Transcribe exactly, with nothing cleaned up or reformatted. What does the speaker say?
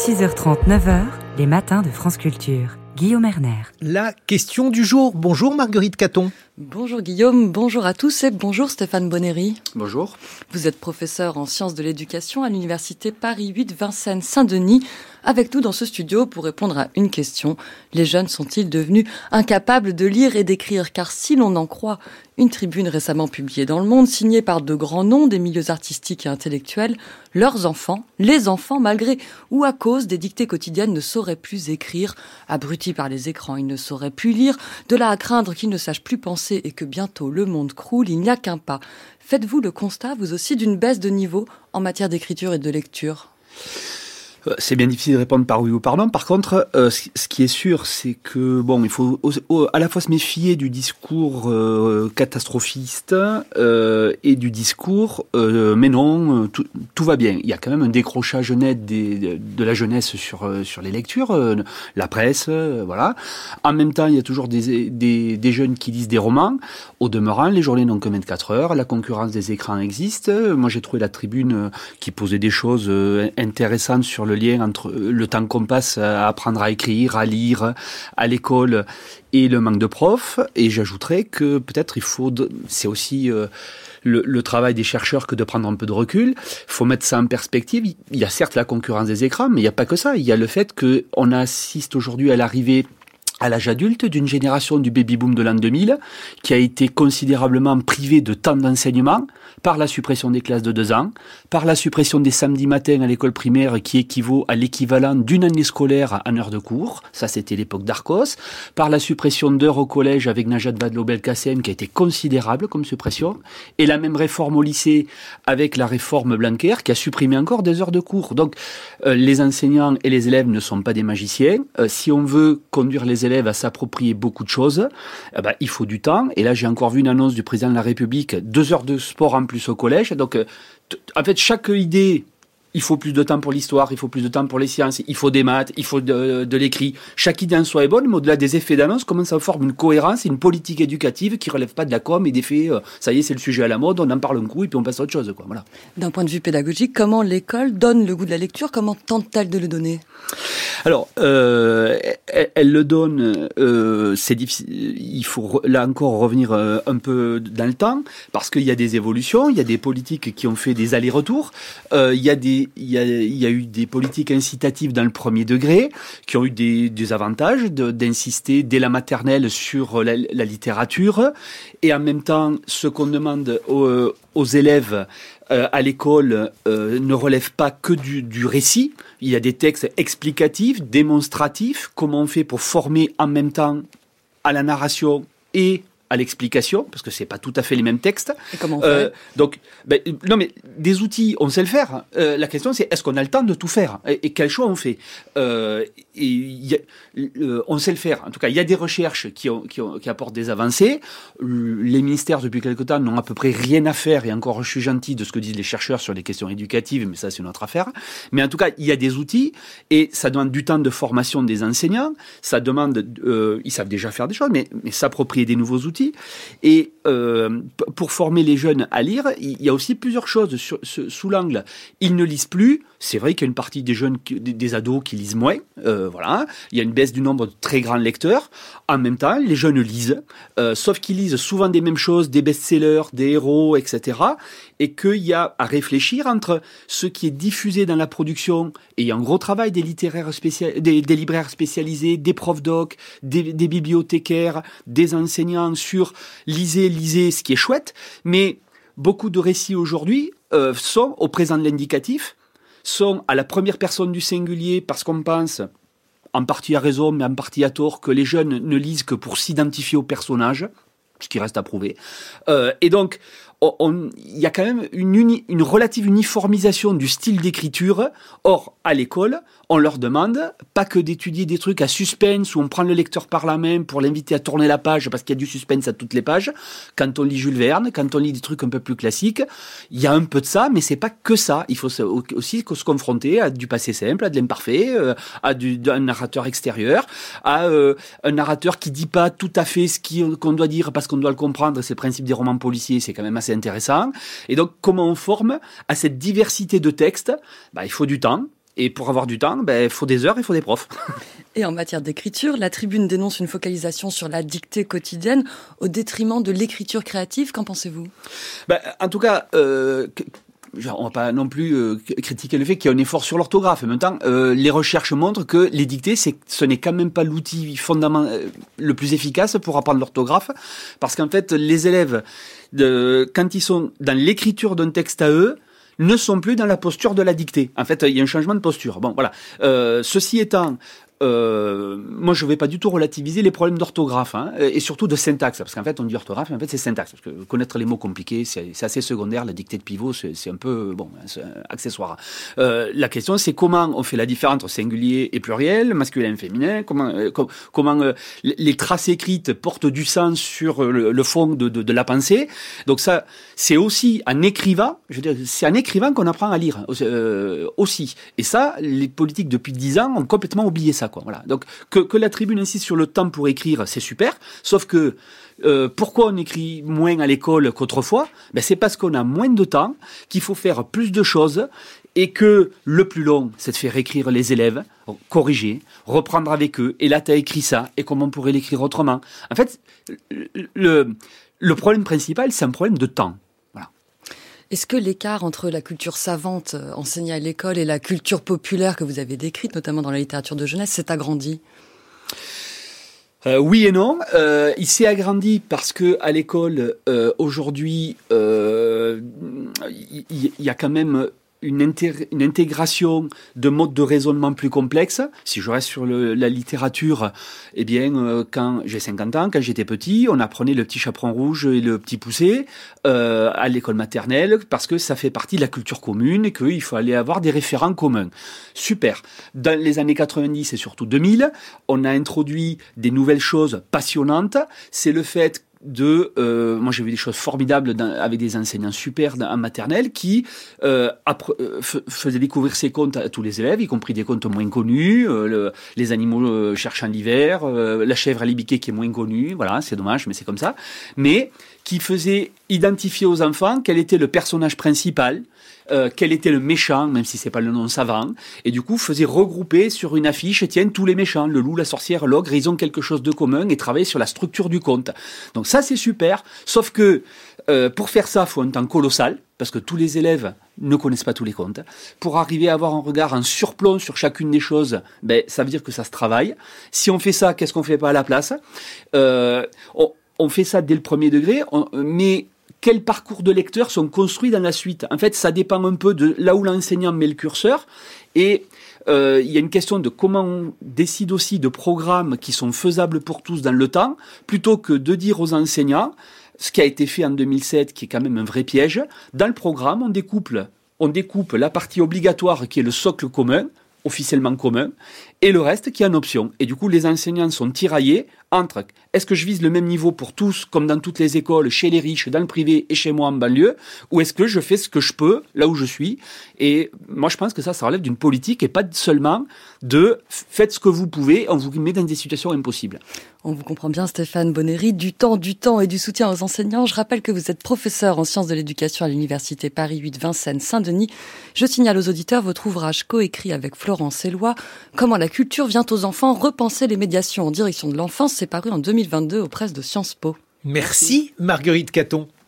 six heures trente, neuf heures, les matins de France Culture. Guillaume Erner. La question du jour. Bonjour Marguerite Caton. Bonjour Guillaume, bonjour à tous et bonjour Stéphane Bonnery. Bonjour. Vous êtes professeur en sciences de l'éducation à l'université Paris huit Vincennes-Saint-Denis. Avec nous dans ce studio pour répondre à une question. Les jeunes sont-ils devenus incapables de lire et d'écrire ? Car si l'on en croit une tribune récemment publiée dans Le Monde, signée par de grands noms des milieux artistiques et intellectuels, leurs enfants, les enfants, malgré ou à cause des dictées quotidiennes, ne sauraient plus écrire. Abrutis par les écrans, ils ne sauraient plus lire. De là à craindre qu'ils ne sachent plus penser et que bientôt le monde croule, il n'y a qu'un pas. Faites-vous le constat, vous aussi, d'une baisse de niveau en matière d'écriture et de lecture ? C'est bien difficile de répondre par oui ou par non. Par contre, euh, ce qui est sûr, c'est que bon, il faut au, au, à la fois se méfier du discours euh, catastrophiste euh, et du discours euh, mais non, tout, tout va bien. Il y a quand même un décrochage net des, de, de la jeunesse sur euh, sur les lectures, euh, la presse, euh, voilà. En même temps, il y a toujours des, des des jeunes qui lisent des romans. Au demeurant, les journées n'ont que vingt-quatre heures. La concurrence des écrans existe. Moi, j'ai trouvé la tribune qui posait des choses intéressantes sur le le lien entre le temps qu'on passe à apprendre à écrire, à lire, à l'école et le manque de profs. Et j'ajouterais que peut-être il faut, de, c'est aussi euh, le, le travail des chercheurs que de prendre un peu de recul. Il faut mettre ça en perspective. Il y a certes la concurrence des écrans, mais il n'y a pas que ça. Il y a le fait qu'on assiste aujourd'hui à l'arrivée à l'âge adulte d'une génération du baby-boom de l'an deux mille qui a été considérablement privée de temps d'enseignement par la suppression des classes de deux ans, par la suppression des samedis matins à l'école primaire qui équivaut à l'équivalent d'une année scolaire en heure de cours, ça c'était l'époque d'Arcos, par la suppression d'heures au collège avec Najat Vallaud-Belkacem qui a été considérable comme suppression, et la même réforme au lycée avec la réforme Blanquer qui a supprimé encore des heures de cours. Donc euh, les enseignants et les élèves ne sont pas des magiciens. Euh, si on veut conduire les élèves à s'approprier beaucoup de choses, eh ben, il faut du temps. Et là, j'ai encore vu une annonce du président de la République, deux heures de sport en plus au collège. Donc, t- en fait, chaque idée, il faut plus de temps pour l'histoire, il faut plus de temps pour les sciences, il faut des maths, il faut de, de l'écrit. Chaque idée en soi est bonne, mais au-delà des effets d'annonce, comment ça forme une cohérence et une politique éducative qui ne relève pas de la com et des faits, euh, ça y est, c'est le sujet à la mode, on en parle un coup et puis on passe à autre chose, quoi. Voilà. D'un point de vue pédagogique, comment l'école donne le goût de la lecture ? Comment tente-t-elle de le donner ? Alors, euh, elle, elle le donne, euh, c'est difficile, il faut là encore revenir euh, un peu dans le temps, parce qu'il y a des évolutions, il y a des politiques qui ont fait des allers-retours, euh, il y a des, il y a, il y a eu des politiques incitatives dans le premier degré, qui ont eu des, des avantages de, d'insister dès la maternelle sur la, la littérature, et en même temps, ce qu'on demande aux, aux élèves Euh, à l'école euh, ne relève pas que du, du récit. Il y a des textes explicatifs, démonstratifs, comment on fait pour former en même temps à la narration et à l'explication, parce que c'est pas tout à fait les mêmes textes. Et comment on fait euh, Donc, ben, non mais des outils, on sait le faire. Euh, la question c'est est-ce qu'on a le temps de tout faire et, et quel choix on fait euh, et y a, euh, on sait le faire. En tout cas, il y a des recherches qui, ont, qui, ont, qui apportent des avancées. Les ministères depuis quelque temps n'ont à peu près rien à faire. Et encore, je suis gentil de ce que disent les chercheurs sur les questions éducatives, mais ça c'est une autre affaire. Mais en tout cas, il y a des outils et ça demande du temps de formation des enseignants. Ça demande, euh, ils savent déjà faire des choses, mais, mais s'approprier des nouveaux outils. Et euh, pour former les jeunes à lire, il y a aussi plusieurs choses sur, sous l'angle. Ils ne lisent plus. C'est vrai qu'il y a une partie des jeunes, des, des ados qui lisent moins. Euh, voilà. Il y a une baisse du nombre de très grands lecteurs. En même temps, les jeunes lisent, euh, sauf qu'ils lisent souvent des mêmes choses, des best-sellers, des héros, et cetera. Et qu'il y a à réfléchir entre ce qui est diffusé dans la production, et il y a un gros travail des littéraires spécial, des, des libraires spécialisés, des profs doc, des, des bibliothécaires, des enseignants sur lisez, lisez, ce qui est chouette. Mais beaucoup de récits aujourd'hui euh, sont au présent de l'indicatif, sont à la première personne du singulier parce qu'on pense, en partie à raison, mais en partie à tort, que les jeunes ne lisent que pour s'identifier au personnage, ce qui reste à prouver. Euh, et donc, il y a quand même une, uni, une relative uniformisation du style d'écriture. Or, à l'école, on leur demande pas que d'étudier des trucs à suspense où on prend le lecteur par la main pour l'inviter à tourner la page parce qu'il y a du suspense à toutes les pages. Quand on lit Jules Verne, quand on lit des trucs un peu plus classiques, il y a un peu de ça, mais c'est pas que ça. Il faut aussi se confronter à du passé simple, à de l'imparfait, à du, un narrateur extérieur, à euh, un narrateur qui dit pas tout à fait ce qu'on doit dire parce qu'on doit le comprendre. C'est le principe des romans policiers, c'est quand même assez intéressant. Et donc, comment on forme à cette diversité de textes ? Bah, il faut du temps. Et pour avoir du temps, ben, faut des heures, il faut des profs. Et en matière d'écriture, la Tribune dénonce une focalisation sur la dictée quotidienne au détriment de l'écriture créative. Qu'en pensez-vous ? Ben, en tout cas, euh, on va pas non plus euh, critiquer le fait qu'il y a un effort sur l'orthographe. En même temps, euh, les recherches montrent que les dictées, c'est, ce n'est quand même pas l'outil fondamental le plus efficace pour apprendre l'orthographe, parce qu'en fait, les élèves, de, quand ils sont dans l'écriture d'un texte à eux, ne sont plus dans la posture de la dictée. En fait, il y a un changement de posture. Bon, voilà. Euh, ceci étant, Euh, moi, je ne vais pas du tout relativiser les problèmes d'orthographe, hein, et surtout de syntaxe, parce qu'en fait, on dit orthographe, mais en fait, c'est syntaxe, parce que connaître les mots compliqués, c'est, c'est assez secondaire. La dictée de pivot, c'est, c'est un peu, bon, c'est accessoire. Euh, la question, c'est comment on fait la différence entre singulier et pluriel, masculin et féminin, comment, euh, com- comment euh, les traces écrites portent du sens sur le, le fond de, de, de la pensée. Donc ça, c'est aussi en écrivant, je veux dire, c'est en écrivant qu'on apprend à lire, euh, aussi. Et ça, les politiques depuis dix ans ont complètement oublié ça. Quoi, voilà. Donc que, que la Tribune insiste sur le temps pour écrire, c'est super. Sauf que euh, pourquoi on écrit moins à l'école qu'autrefois ? Ben, c'est parce qu'on a moins de temps, qu'il faut faire plus de choses, et que le plus long, c'est de faire écrire les élèves, corriger, reprendre avec eux. Et là, tu as écrit ça, et comment on pourrait l'écrire autrement ? En fait, le, le problème principal, c'est un problème de temps. Est-ce que l'écart entre la culture savante enseignée à l'école et la culture populaire que vous avez décrite, notamment dans la littérature de jeunesse, s'est agrandi ? Euh, oui et non. Euh, il s'est agrandi parce que à l'école, euh, aujourd'hui, euh, il y, y a quand même une, inté- une intégration de modes de raisonnement plus complexes. Si je reste sur le, la littérature, eh bien, euh, quand j'ai cinquante ans, quand j'étais petit, on apprenait le petit chaperon rouge et le petit poucet euh, à l'école maternelle parce que ça fait partie de la culture commune et qu'il faut aller avoir des référents communs. Super. Dans les années quatre-vingt-dix et surtout deux mille, on a introduit des nouvelles choses passionnantes. C'est le fait de, euh, moi j'ai vu des choses formidables dans, avec des enseignants super dans, en maternelle qui euh, appre- euh, f- faisaient découvrir ces contes à tous les élèves, y compris des contes moins connus, euh, le, les animaux euh, cherchant l'hiver, euh, la chèvre à l'ébiquet qui est moins connue, voilà, c'est dommage, mais c'est comme ça, mais qui faisait identifier aux enfants quel était le personnage principal, euh, quel était le méchant, même si c'est pas le nom savant, et du coup faisait regrouper sur une affiche, tiens, tous les méchants, le loup, la sorcière, l'ogre, ils ont quelque chose de commun et travailler sur la structure du conte. Donc ça c'est super, sauf que euh, pour faire ça, il faut un temps colossal, parce que tous les élèves ne connaissent pas tous les contes. Pour arriver à avoir un regard en surplomb sur chacune des choses, ben, ça veut dire que ça se travaille. Si on fait ça, qu'est-ce qu'on fait pas à la place ? euh, on, on fait ça dès le premier degré, on, mais quels parcours de lecteurs sont construits dans la suite ? En fait, ça dépend un peu de là où l'enseignant met le curseur. Et euh, il y a une question de comment on décide aussi de programmes qui sont faisables pour tous dans le temps, plutôt que de dire aux enseignants, ce qui a été fait en deux mille sept, qui est quand même un vrai piège, dans le programme, on découpe, on découpe la partie obligatoire qui est le socle commun, officiellement commun, et le reste qui est en option. Et du coup, les enseignants sont tiraillés entre est-ce que je vise le même niveau pour tous, comme dans toutes les écoles, chez les riches, dans le privé et chez moi en banlieue, ou est-ce que je fais ce que je peux, là où je suis ? Et moi, je pense que ça, ça relève d'une politique et pas seulement de faites ce que vous pouvez, on vous met dans des situations impossibles. On vous comprend bien, Stéphane Bonnery, du temps, du temps et du soutien aux enseignants. Je rappelle que vous êtes professeur en sciences de l'éducation à l'université Paris huit Vincennes Saint-Denis. Je signale aux auditeurs votre ouvrage coécrit avec Florence Eloi, Comment la culture vient aux enfants, repenser les médiations en direction de l'enfance, c'est paru en deux mille vingt-deux aux presses de Sciences Po. Merci Marguerite Caton.